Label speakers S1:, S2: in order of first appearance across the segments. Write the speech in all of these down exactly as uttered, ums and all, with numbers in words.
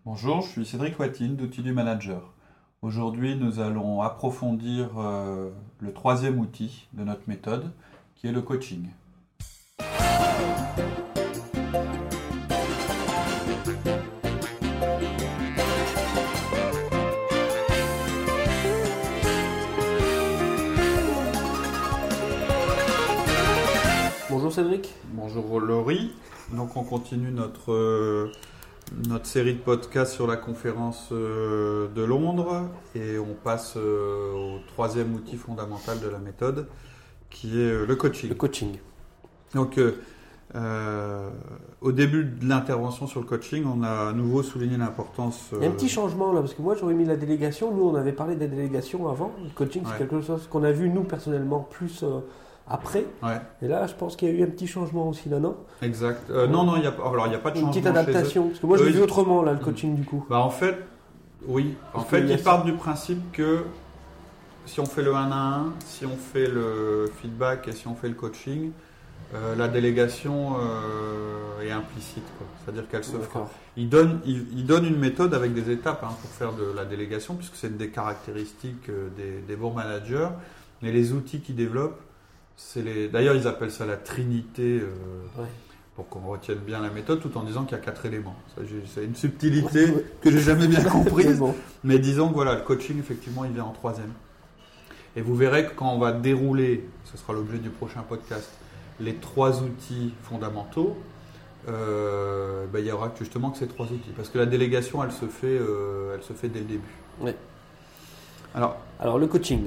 S1: Bonjour, je suis Cédric Watine d'Outils du Manager. Aujourd'hui, nous allons approfondir euh, le troisième outil de notre méthode, qui est le coaching.
S2: Bonjour Cédric.
S1: Bonjour Laurie. Donc on continue notre, euh, notre série de podcasts sur la conférence euh, de Londres et on passe euh, au troisième outil fondamental de la méthode, qui est euh, le coaching.
S2: Le coaching.
S1: Donc euh, euh, au début de l'intervention sur le coaching, on a à nouveau souligné l'importance... Euh,
S2: Il y a un petit changement là, parce que moi j'aurais mis la délégation. Nous on avait parlé de la délégation avant. Le coaching c'est
S1: Ouais.
S2: quelque chose qu'on a vu nous personnellement plus euh, après.
S1: Ouais,
S2: Et là je pense qu'il y a eu un petit changement aussi là, non?
S1: exact. Euh, non, non, il n'y a, pas- alors, il y a pas de
S2: Une
S1: changement
S2: petite
S1: chez eux.
S2: adaptation. Parce que moi je
S1: Eux,
S2: l'ai vu
S1: ils-
S2: autrement là, le coaching du coup.
S1: Bah, en fait, oui. En
S2: Parce
S1: fait,
S2: qu'il y a
S1: ils
S2: ça.
S1: partent du principe que si on fait le un à un, si on fait le feedback et si on fait le coaching, euh, la délégation euh, est implicite, quoi. C'est-à-dire qu'elle se fera.
S2: D'accord.
S1: Ils donnent, ils, ils donnent une méthode avec des étapes hein, pour faire de la délégation, puisque c'est une des caractéristiques euh, des, des bons managers. Mais les outils qu'ils développent, c'est les. D'ailleurs, ils appellent ça la trinité. euh,
S2: Ouais.
S1: pour qu'on retienne bien la méthode, tout en disant qu'il y a quatre éléments. Ça, j'ai- c'est une subtilité que j'ai jamais bien
S2: Mais
S1: comprise.
S2: bon.
S1: Mais disons que voilà, le coaching, effectivement, il vient en troisième. Et vous verrez que quand on va dérouler, ce sera l'objet du prochain podcast, les trois outils fondamentaux, euh, ben, il y aura justement que ces trois outils. Parce que la délégation, elle se fait, euh, elle se fait dès le début.
S2: Ouais.
S1: Alors,
S2: Alors le coaching.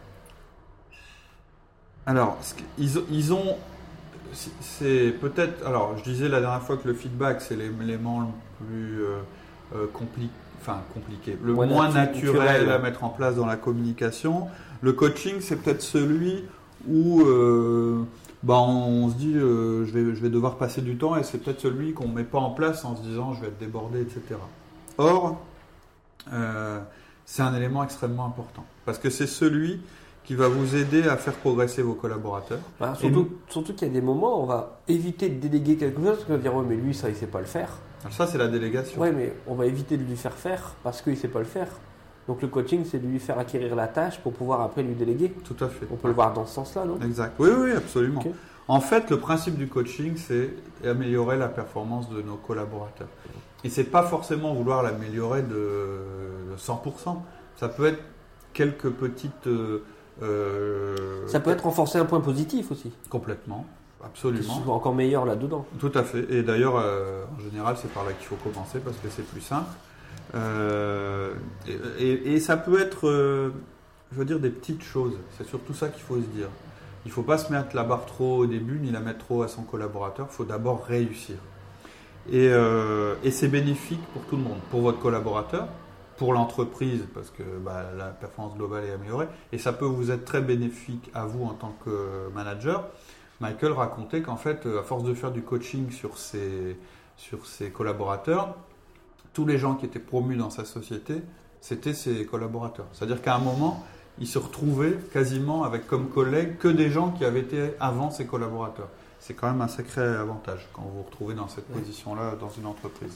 S1: alors ce qu- ils, ils ont... c'est- C'est peut-être... Alors, je disais la dernière fois que le feedback, c'est l'élément le plus euh, euh, compli- enfin, compliqué, le
S2: Moins
S1: moins
S2: natu-
S1: naturel
S2: naturel.
S1: à mettre en place dans la communication. Le coaching, c'est peut-être celui où euh, bah, on se dit euh, je, vais, je vais devoir passer du temps et c'est peut-être celui qu'on ne met pas en place en se disant je vais être débordé, et cetera. Or, euh, c'est un élément extrêmement important parce que c'est celui qui va vous aider à faire progresser vos collaborateurs.
S2: Bah,
S1: Et
S2: surtout
S1: nous-
S2: surtout qu'il y a des moments où on va éviter de déléguer quelque chose parce qu'on va dire ouais mais lui ça il sait pas le faire.
S1: Alors ça, c'est la délégation.
S2: Ouais, mais on va éviter de lui faire faire parce qu'il ne sait pas le faire. Donc le coaching, c'est de lui faire acquérir la tâche pour pouvoir après lui déléguer.
S1: Tout à fait.
S2: On peut le voir dans ce sens-là, non?
S1: Exact. Oui, oui, absolument.
S2: Ok.
S1: En fait, le principe du coaching, c'est améliorer la performance de nos collaborateurs. Et c'est pas forcément vouloir l'améliorer de, de cent pour cent. Ça peut être quelques petites... euh, euh,
S2: Ça peut être renforcer un point positif aussi.
S1: Complètement.
S2: C'est
S1: Absolument.
S2: souvent encore meilleur là-dedans.
S1: Tout à fait. Et d'ailleurs, euh, en général, c'est par là qu'il faut commencer parce que c'est plus simple. Euh, et, et- et ça peut être, euh, je veux dire, des petites choses. C'est surtout ça qu'il faut se dire. Il ne faut pas se mettre la barre trop au début ni la mettre trop à son collaborateur. Il faut d'abord réussir. Et, euh, et c'est bénéfique pour tout le monde. Pour votre collaborateur, pour l'entreprise, parce que bah, la performance globale est améliorée. Et ça peut vous être très bénéfique à vous en tant que manager. Michael racontait qu'en fait, à force de faire du coaching sur ses, sur ses collaborateurs, tous les gens qui étaient promus dans sa société, c'était ses collaborateurs. C'est-à-dire qu'à un moment, il se retrouvait quasiment avec comme collègues que des gens qui avaient été avant ses collaborateurs. C'est quand même un sacré avantage quand vous vous retrouvez dans cette position-là dans une entreprise.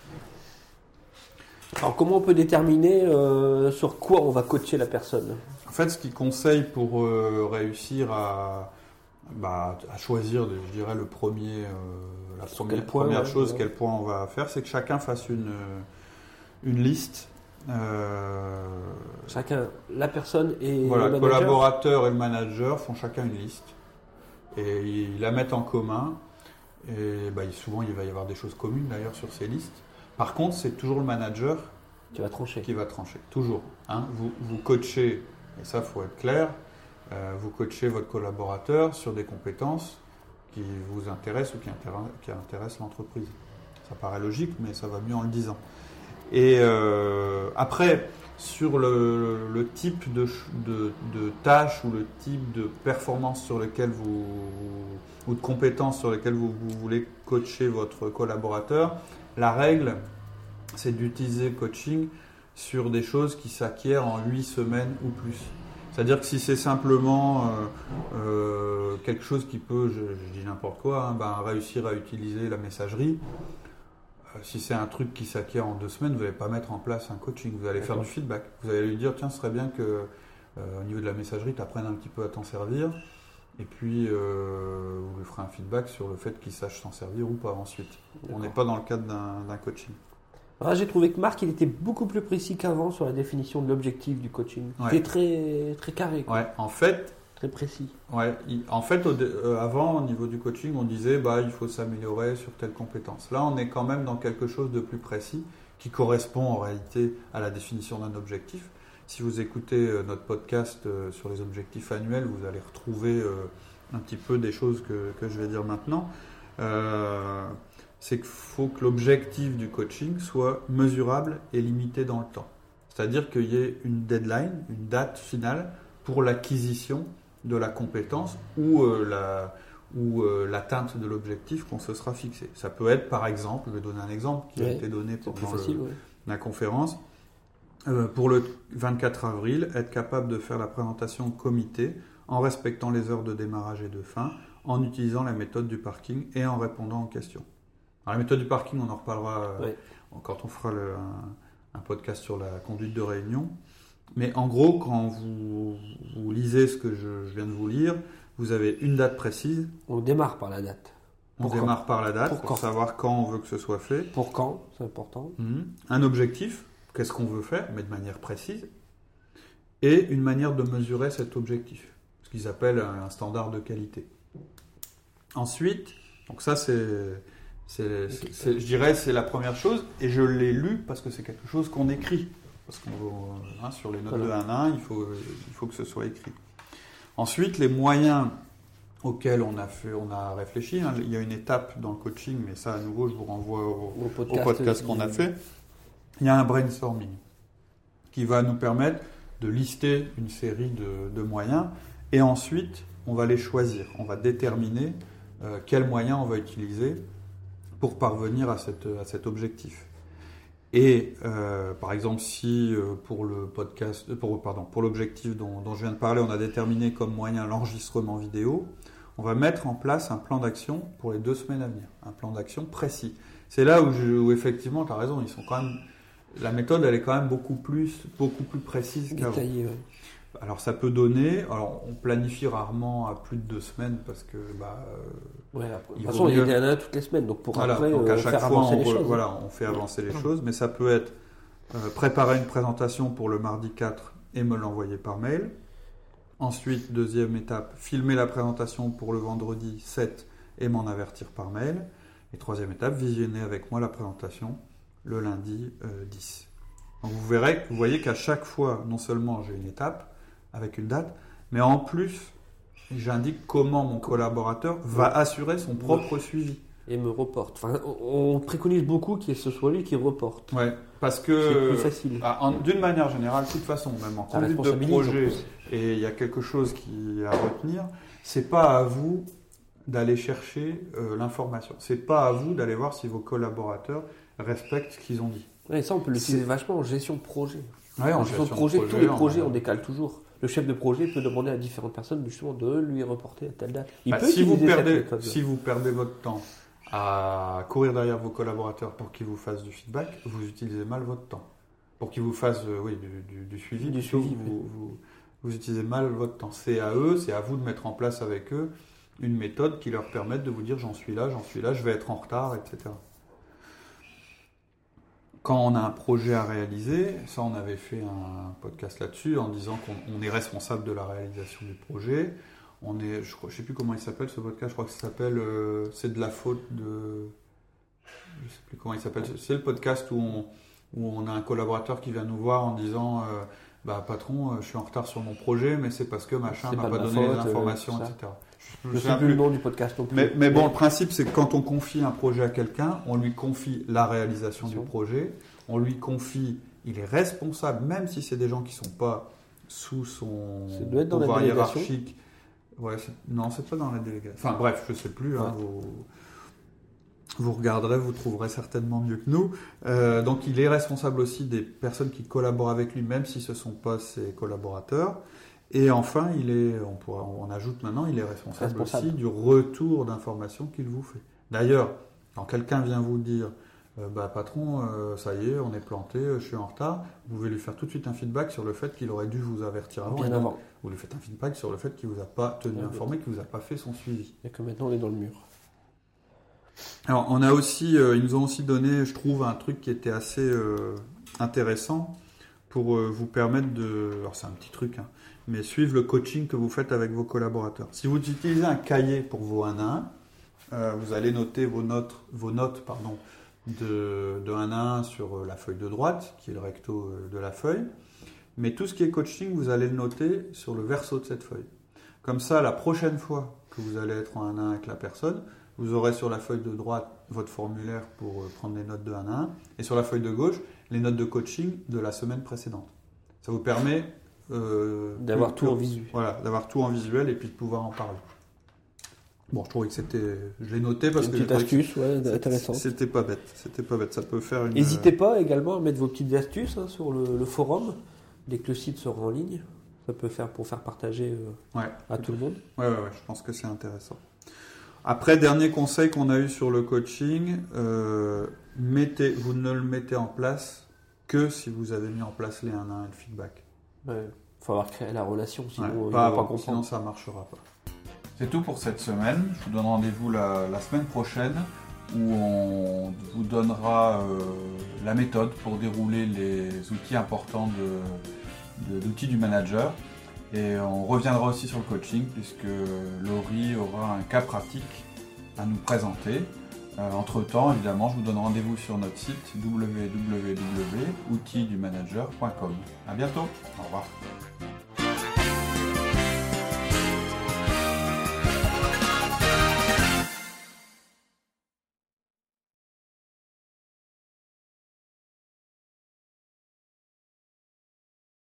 S2: Alors comment on peut déterminer euh, sur quoi on va coacher la personne?
S1: En fait, ce qu'il conseille pour euh, réussir à, bah, à choisir, je dirais, le premier, euh, la
S2: Sur
S1: première,
S2: quel point,
S1: première
S2: ouais,
S1: chose,
S2: ouais.
S1: quel point on va faire, c'est que chacun fasse une, euh, une liste. Euh,
S2: Chacun, la personne et
S1: voilà,
S2: le
S1: le
S2: manager.
S1: collaborateur et le manager font chacun une liste et ils la mettent en commun. Et bah, souvent, il va y avoir des choses communes d'ailleurs sur ces listes. Par contre, c'est toujours le manager
S2: Tu vas trancher.
S1: qui va trancher, toujours. Hein. Vous, vous coachez, et ça, il faut être clair, euh, vous coachez votre collaborateur sur des compétences qui vous intéressent ou qui, intér- qui intéressent l'entreprise. Ça paraît logique, mais ça va mieux en le disant. Et euh, après, sur le, le type de, ch- de, de tâches ou le type de performance sur lequel vous, ou de compétences sur lesquelles vous, vous voulez coacher votre collaborateur, la règle, c'est d'utiliser le coaching sur des choses qui s'acquièrent en huit semaines ou plus. C'est-à-dire que si c'est simplement euh, euh, quelque chose qui peut, je, je dis n'importe quoi, hein, ben, réussir à utiliser la messagerie, si c'est un truc qui s'acquiert en deux semaines, vous n'allez pas mettre en place un coaching, vous allez
S2: D'accord.
S1: faire du feedback. Vous allez lui dire, tiens, ce serait bien que euh, au niveau de la messagerie, tu apprennes un petit peu à t'en servir. Et puis, euh, vous lui ferez un feedback sur le fait qu'il sache s'en servir ou pas ensuite.
S2: D'accord.
S1: On n'est pas dans le cadre d'un, d'un coaching.
S2: Alors, j'ai trouvé que Marc, il était beaucoup plus précis qu'avant sur la définition de l'objectif du coaching.
S1: Ouais.
S2: C'était très, très carré, quoi.
S1: Ouais, en fait,
S2: Très précis.
S1: ouais, il- en fait au dé- euh, avant, au niveau du coaching, on disait bah, il faut s'améliorer sur telle compétence. Là, on est quand même dans quelque chose de plus précis qui correspond en réalité à la définition d'un objectif. Si vous écoutez euh, notre podcast euh, sur les objectifs annuels, vous allez retrouver euh, un petit peu des choses que, que je vais dire maintenant. Euh, c'est qu'il faut que l'objectif du coaching soit mesurable et limité dans le temps. C'est-à-dire qu'il y ait une deadline, une date finale pour l'acquisition de la compétence ou, euh, la, ou euh, l'atteinte de l'objectif qu'on se sera fixé. Ça peut être par exemple, je vais donner un exemple qui a
S2: Ouais,
S1: été donné
S2: C'est plus
S1: pendant le-
S2: facile, ouais.
S1: la conférence. Euh, pour le vingt-quatre avril, être capable de faire la présentation au comité en respectant les heures de démarrage et de fin, en utilisant la méthode du parking et en répondant aux questions. Alors, la méthode du parking, on en reparlera euh,
S2: Ouais.
S1: quand on fera le- un, un podcast sur la conduite de réunion. Mais en gros, quand vous, vous lisez ce que je, je viens de vous lire, vous avez une date précise.
S2: On démarre par la date.
S1: On
S2: Pour
S1: démarre par la date
S2: Pour
S1: pour,
S2: quand
S1: savoir quand on veut que ce soit fait.
S2: Pour quand, c'est important.
S1: Mhm. Un objectif, qu'est-ce qu'on veut faire, mais de manière précise. Et une manière de mesurer cet objectif, ce qu'ils appellent un standard de qualité. Ensuite, donc ça c'est, c'est, c'est- c'est- je dirais c'est la première chose, et je l'ai lu parce que c'est quelque chose qu'on écrit. Parce qu'on hein, sur les notes
S2: Voilà.
S1: de un à un, il faut, il faut que ce soit écrit. Ensuite, les moyens auxquels on a, fait, on a réfléchi, hein, il y a une étape dans le coaching, mais ça à nouveau je vous renvoie au,
S2: Au
S1: au
S2: podcast,
S1: podcast qu'on a fait. Il y a un brainstorming qui va nous permettre de lister une série de, de moyens et ensuite on va les choisir. On va déterminer euh, quels moyens on va utiliser pour parvenir à, cette, à cet objectif. Et euh, par exemple, si euh, pour le podcast, euh, pour, pardon, pour l'objectif dont, dont je viens de parler, on a déterminé comme moyen l'enregistrement vidéo, on va mettre en place un plan d'action pour les deux semaines à venir, un plan d'action précis. C'est là où, je, où effectivement, tu as raison, ils sont quand même, la méthode, elle est quand même beaucoup plus, beaucoup plus précise qu'avant.
S2: Détaillé, ouais.
S1: Alors ça peut donner, alors on planifie rarement à plus de deux semaines parce que bah, euh,
S2: Ouais, après, de
S1: Il
S2: toute
S1: vaut
S2: façon, il y
S1: mieux-
S2: a des toutes les semaines, donc pour
S1: voilà,
S2: après
S1: donc
S2: euh,
S1: à chaque
S2: faire
S1: fois
S2: avancer
S1: on,
S2: les
S1: re-
S2: choses.
S1: voilà, on fait avancer les choses, mais ça peut être euh, préparer une présentation pour le mardi quatre et me l'envoyer par mail. Ensuite, deuxième étape, filmer la présentation pour le vendredi sept et m'en avertir par mail. Et troisième étape, visionner avec moi la présentation le lundi euh, dix. Donc vous verrez, vous voyez qu'à chaque fois, non seulement j'ai une étape avec une date, mais en plus, j'indique comment mon collaborateur va assurer son propre suivi.
S2: Et me reporte. Enfin, on on préconise beaucoup que ce soit lui qui reporte.
S1: Ouais, parce
S2: C'est
S1: que
S2: plus facile.
S1: ah, en- d'une manière générale, de toute façon, même en
S2: Ça
S1: conduite de
S2: responsabilise, en
S1: projet,
S2: plus.
S1: et il y a quelque chose qui est à retenir, c'est pas à vous d'aller chercher euh, l'information. C'est pas à vous d'aller voir si vos collaborateurs respectent ce qu'ils ont dit.
S2: Ouais, ça, on peut l'utiliser
S1: C'est-
S2: vachement en gestion de projet.
S1: Ouais,
S2: En
S1: en
S2: gestion de
S1: gestion
S2: projet,
S1: de
S2: tous les
S1: en-
S2: projets, on décale toujours. Le chef de projet peut demander à différentes personnes justement de lui reporter à telle date. Il
S1: Bah,
S2: peut
S1: si, vous
S2: utiliser cette
S1: perdez,
S2: méthode-là.
S1: si vous perdez votre temps à courir derrière vos collaborateurs pour qu'ils vous fassent du feedback, vous utilisez mal votre temps. Pour qu'ils vous fassent euh, oui, du, du- du suivi,
S2: Du
S1: plutôt,
S2: suivi,
S1: vous, vous- vous utilisez mal votre temps. C'est à eux, c'est à vous de mettre en place avec eux une méthode qui leur permette de vous dire j'en suis là, j'en suis là, je vais être en retard, et cetera. Quand on a un projet à réaliser, ça on avait fait un podcast là-dessus en disant qu'on on est responsable de la réalisation du projet. On est, je ne sais plus comment il s'appelle ce podcast, je crois que ça s'appelle euh, c'est de la faute de... Je ne sais plus comment il s'appelle. C'est le podcast où on, où on a un collaborateur qui vient nous voir en disant euh, bah patron, euh, je suis en retard sur mon projet, mais c'est parce que machin
S2: C'est
S1: m'a
S2: pas
S1: pas
S2: de ma
S1: donné les
S2: faute, euh,
S1: informations,
S2: tout ça.
S1: et cetera.
S2: Je
S1: me
S2: ne
S1: souviens
S2: sais plus le
S1: plus.
S2: nom du podcast non plus.
S1: Mais, mais bon, le principe, c'est que quand on confie un projet à quelqu'un, on lui confie la réalisation du
S2: Attention.
S1: projet, on lui confie, il est responsable, même si c'est des gens qui ne sont pas sous son
S2: Ça doit être dans la
S1: pouvoir
S2: délégation.
S1: hiérarchique. Ouais, c'est- non, c'est pas dans la délégation. Enfin bref, je sais plus. hein,
S2: Ouais.
S1: vous, vous regarderez, vous trouverez certainement mieux que nous. Euh, donc il est responsable aussi des personnes qui collaborent avec lui, même si ce ne sont pas ses collaborateurs. Et enfin, il est, on, pourra, on ajoute maintenant, il est responsable,
S2: Responsable.
S1: aussi du retour d'informations qu'il vous fait. D'ailleurs, quand quelqu'un vient vous dire euh, bah patron, euh, ça y est, on est planté, euh, je suis en retard. Vous pouvez lui faire tout de suite un feedback sur le fait qu'il aurait dû vous avertir avant.
S2: Bien
S1: et donc,
S2: avant.
S1: vous lui faites un feedback sur le fait qu'il vous a pas tenu
S2: Ouais,
S1: informé, qu'il vous a pas fait son suivi.
S2: Et que maintenant on est dans le mur.
S1: Alors, on a aussi, euh, ils nous ont aussi donné, je trouve, un truc qui était assez euh, intéressant pour euh, vous permettre de, alors c'est un petit truc, hein, mais suivre le coaching que vous faites avec vos collaborateurs. Si vous utilisez un cahier pour vos un à un, euh, vous allez noter vos notes, vos notes pardon, de, de un à un sur euh, la feuille de droite, qui est le recto euh, de la feuille, mais tout ce qui est coaching, vous allez le noter sur le verso de cette feuille. Comme ça, la prochaine fois que vous allez être en un à un avec la personne, vous aurez sur la feuille de droite votre formulaire pour prendre les notes de un à un et sur la feuille de gauche les notes de coaching de la semaine précédente. Ça vous permet euh,
S2: D'avoir
S1: que-
S2: tout en
S1: que-
S2: visuel.
S1: Voilà, d'avoir tout en visuel et puis de pouvoir en parler. Bon, je trouvais que c'était, je l'ai noté parce
S2: Une
S1: que j'ai
S2: petite
S1: trouvé que
S2: astuce, ouais,
S1: c'était-
S2: intéressante.
S1: C'était pas bête, c'était pas bête. Ça peut faire une.
S2: N'hésitez pas également à mettre vos petites astuces hein, sur le, le forum dès que le site sera en ligne. Ça peut faire pour faire partager euh,
S1: Ouais.
S2: à tout le monde.
S1: Ouais, ouais, ouais, je pense que c'est intéressant. Après, dernier conseil qu'on a eu sur le coaching, euh, mettez, vous ne le mettez en place que si vous avez mis en place les un à un et le feedback.
S2: Il faut avoir créé la relation, sinon
S1: Ouais,
S2: ils ne
S1: pas
S2: vont pas
S1: avant, sinon
S2: comprendre.
S1: ça ne marchera pas. C'est tout pour cette semaine. Je vous donne rendez-vous la, la semaine prochaine où on vous donnera euh, la méthode pour dérouler les outils importants de, de, d'outils du manager. Et on reviendra aussi sur le coaching puisque Laurie aura un cas pratique à nous présenter. Euh, entre-temps, évidemment, je vous donne rendez-vous sur notre site w w w point outils du manager point com. À bientôt. Au revoir.